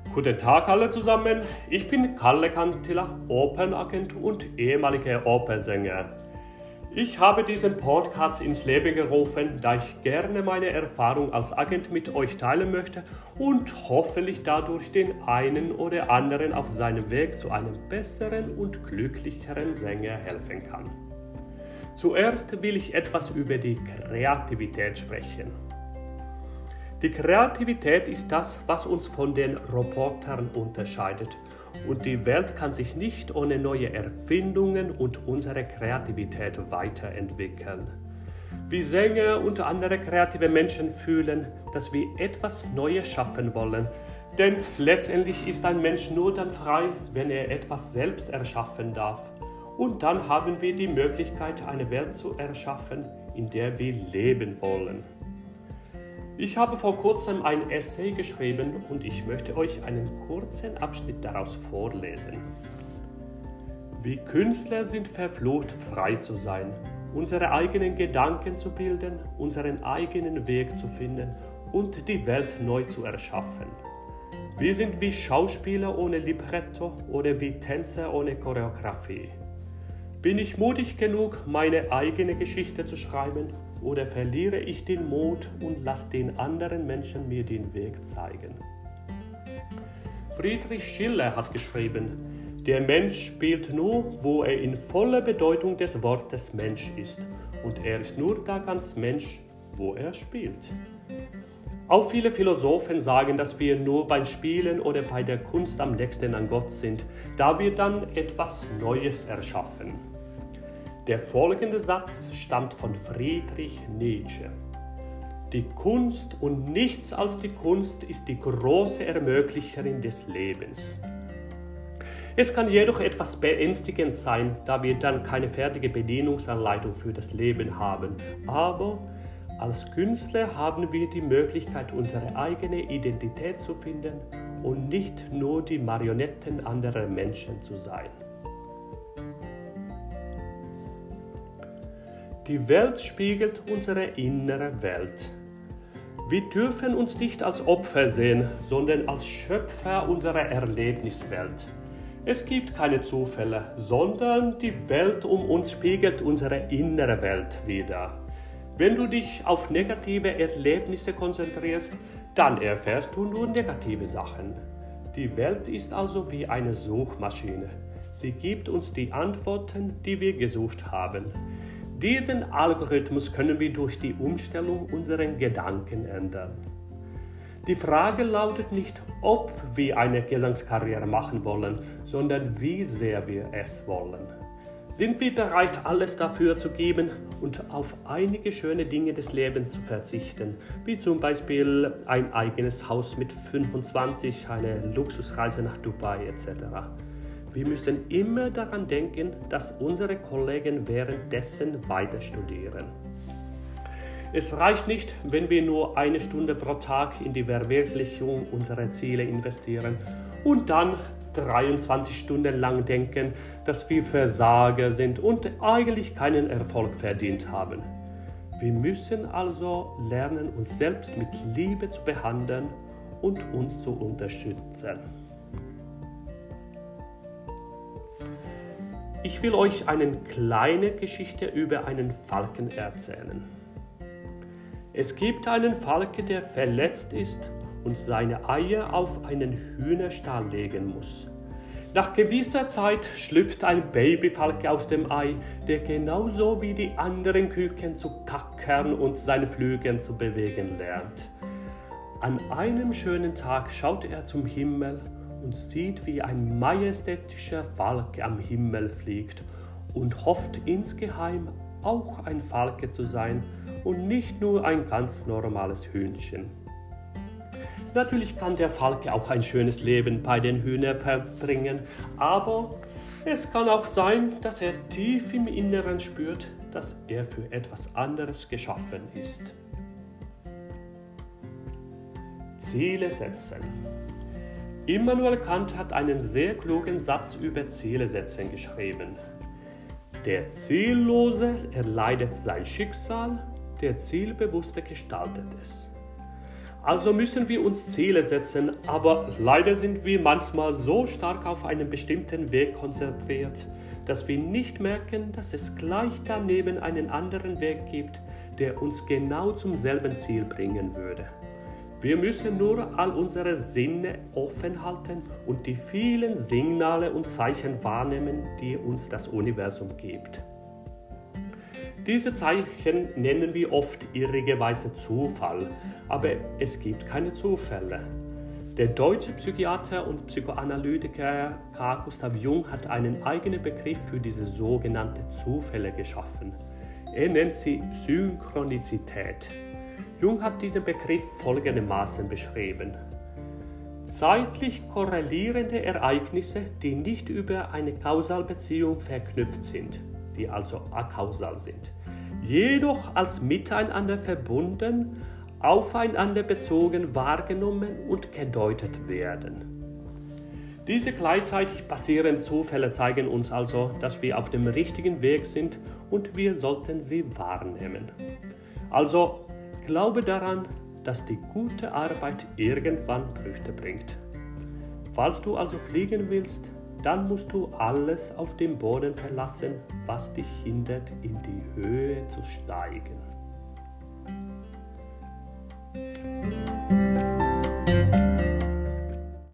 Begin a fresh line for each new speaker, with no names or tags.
Guten Tag alle zusammen, ich bin Kalle Kantila, Opernagent und ehemaliger Opernsänger. Ich habe diesen Podcast ins Leben gerufen, da ich gerne meine Erfahrung als Agent mit euch teilen möchte und hoffentlich dadurch den einen oder anderen auf seinem Weg zu einem besseren und glücklicheren Sänger helfen kann. Zuerst will ich etwas über die Kreativität sprechen. Die Kreativität ist das, was uns von den Robotern unterscheidet. Und die Welt kann sich nicht ohne neue Erfindungen und unsere Kreativität weiterentwickeln. Wir Sänger und andere kreative Menschen fühlen, dass wir etwas Neues schaffen wollen. Denn letztendlich ist ein Mensch nur dann frei, wenn er etwas selbst erschaffen darf. Und dann haben wir die Möglichkeit, eine Welt zu erschaffen, in der wir leben wollen. Ich habe vor kurzem ein Essay geschrieben und ich möchte euch einen kurzen Abschnitt daraus vorlesen. Wir Künstler sind verflucht, frei zu sein, unsere eigenen Gedanken zu bilden, unseren eigenen Weg zu finden und die Welt neu zu erschaffen. Wir sind wie Schauspieler ohne Libretto oder wie Tänzer ohne Choreografie. Bin ich mutig genug, meine eigene Geschichte zu schreiben? Oder verliere ich den Mut und lasse den anderen Menschen mir den Weg zeigen? Friedrich Schiller hat geschrieben, der Mensch spielt nur, wo er in voller Bedeutung des Wortes Mensch ist. Und er ist nur da ganz Mensch, wo er spielt. Auch viele Philosophen sagen, dass wir nur beim Spielen oder bei der Kunst am nächsten an Gott sind, da wir dann etwas Neues erschaffen. Der folgende Satz stammt von Friedrich Nietzsche. Die Kunst und nichts als die Kunst ist die große Ermöglicherin des Lebens. Es kann jedoch etwas beängstigend sein, da wir dann keine fertige Bedienungsanleitung für das Leben haben. Aber als Künstler haben wir die Möglichkeit, unsere eigene Identität zu finden und nicht nur die Marionetten anderer Menschen zu sein. Die Welt spiegelt unsere innere Welt. Wir dürfen uns nicht als Opfer sehen, sondern als Schöpfer unserer Erlebniswelt. Es gibt keine Zufälle, sondern die Welt um uns spiegelt unsere innere Welt wider. Wenn du dich auf negative Erlebnisse konzentrierst, dann erfährst du nur negative Sachen. Die Welt ist also wie eine Suchmaschine. Sie gibt uns die Antworten, die wir gesucht haben. Diesen Algorithmus können wir durch die Umstellung unserer Gedanken ändern. Die Frage lautet nicht, ob wir eine Gesangskarriere machen wollen, sondern wie sehr wir es wollen. Sind wir bereit, alles dafür zu geben und auf einige schöne Dinge des Lebens zu verzichten, wie zum Beispiel ein eigenes Haus mit 25, eine Luxusreise nach Dubai etc.? Wir müssen immer daran denken, dass unsere Kollegen währenddessen weiter studieren. Es reicht nicht, wenn wir nur 1 Stunde pro Tag in die Verwirklichung unserer Ziele investieren und dann 23 Stunden lang denken, dass wir Versager sind und eigentlich keinen Erfolg verdient haben. Wir müssen also lernen, uns selbst mit Liebe zu behandeln und uns zu unterstützen. Ich will euch eine kleine Geschichte über einen Falken erzählen. Es gibt einen Falke, der verletzt ist und seine Eier auf einen Hühnerstall legen muss. Nach gewisser Zeit schlüpft ein Babyfalke aus dem Ei, der genauso wie die anderen Küken zu kackern und seine Flügel zu bewegen lernt. An einem schönen Tag schaut er zum Himmel und sieht, wie ein majestätischer Falke am Himmel fliegt und hofft insgeheim auch ein Falke zu sein und nicht nur ein ganz normales Hühnchen. Natürlich kann der Falke auch ein schönes Leben bei den Hühnern verbringen, aber es kann auch sein, dass er tief im Inneren spürt, dass er für etwas anderes geschaffen ist. Ziele setzen. Immanuel Kant hat einen sehr klugen Satz über Ziele setzen geschrieben. Der Ziellose erleidet sein Schicksal, der Zielbewusste gestaltet es. Also müssen wir uns Ziele setzen, aber leider sind wir manchmal so stark auf einen bestimmten Weg konzentriert, dass wir nicht merken, dass es gleich daneben einen anderen Weg gibt, der uns genau zum selben Ziel bringen würde. Wir müssen nur all unsere Sinne offen halten und die vielen Signale und Zeichen wahrnehmen, die uns das Universum gibt. Diese Zeichen nennen wir oft irrigerweise Zufall, aber es gibt keine Zufälle. Der deutsche Psychiater und Psychoanalytiker Carl Gustav Jung hat einen eigenen Begriff für diese sogenannten Zufälle geschaffen. Er nennt sie Synchronizität. Jung hat diesen Begriff folgendermaßen beschrieben: Zeitlich korrelierende Ereignisse, die nicht über eine Kausalbeziehung verknüpft sind, die also akausal sind, jedoch als miteinander verbunden, aufeinander bezogen wahrgenommen und gedeutet werden. Diese gleichzeitig passierenden Zufälle zeigen uns also, dass wir auf dem richtigen Weg sind und wir sollten sie wahrnehmen. Also glaube daran, dass die gute Arbeit irgendwann Früchte bringt. Falls du also fliegen willst, dann musst du alles auf dem Boden verlassen, was dich hindert, in die Höhe zu steigen.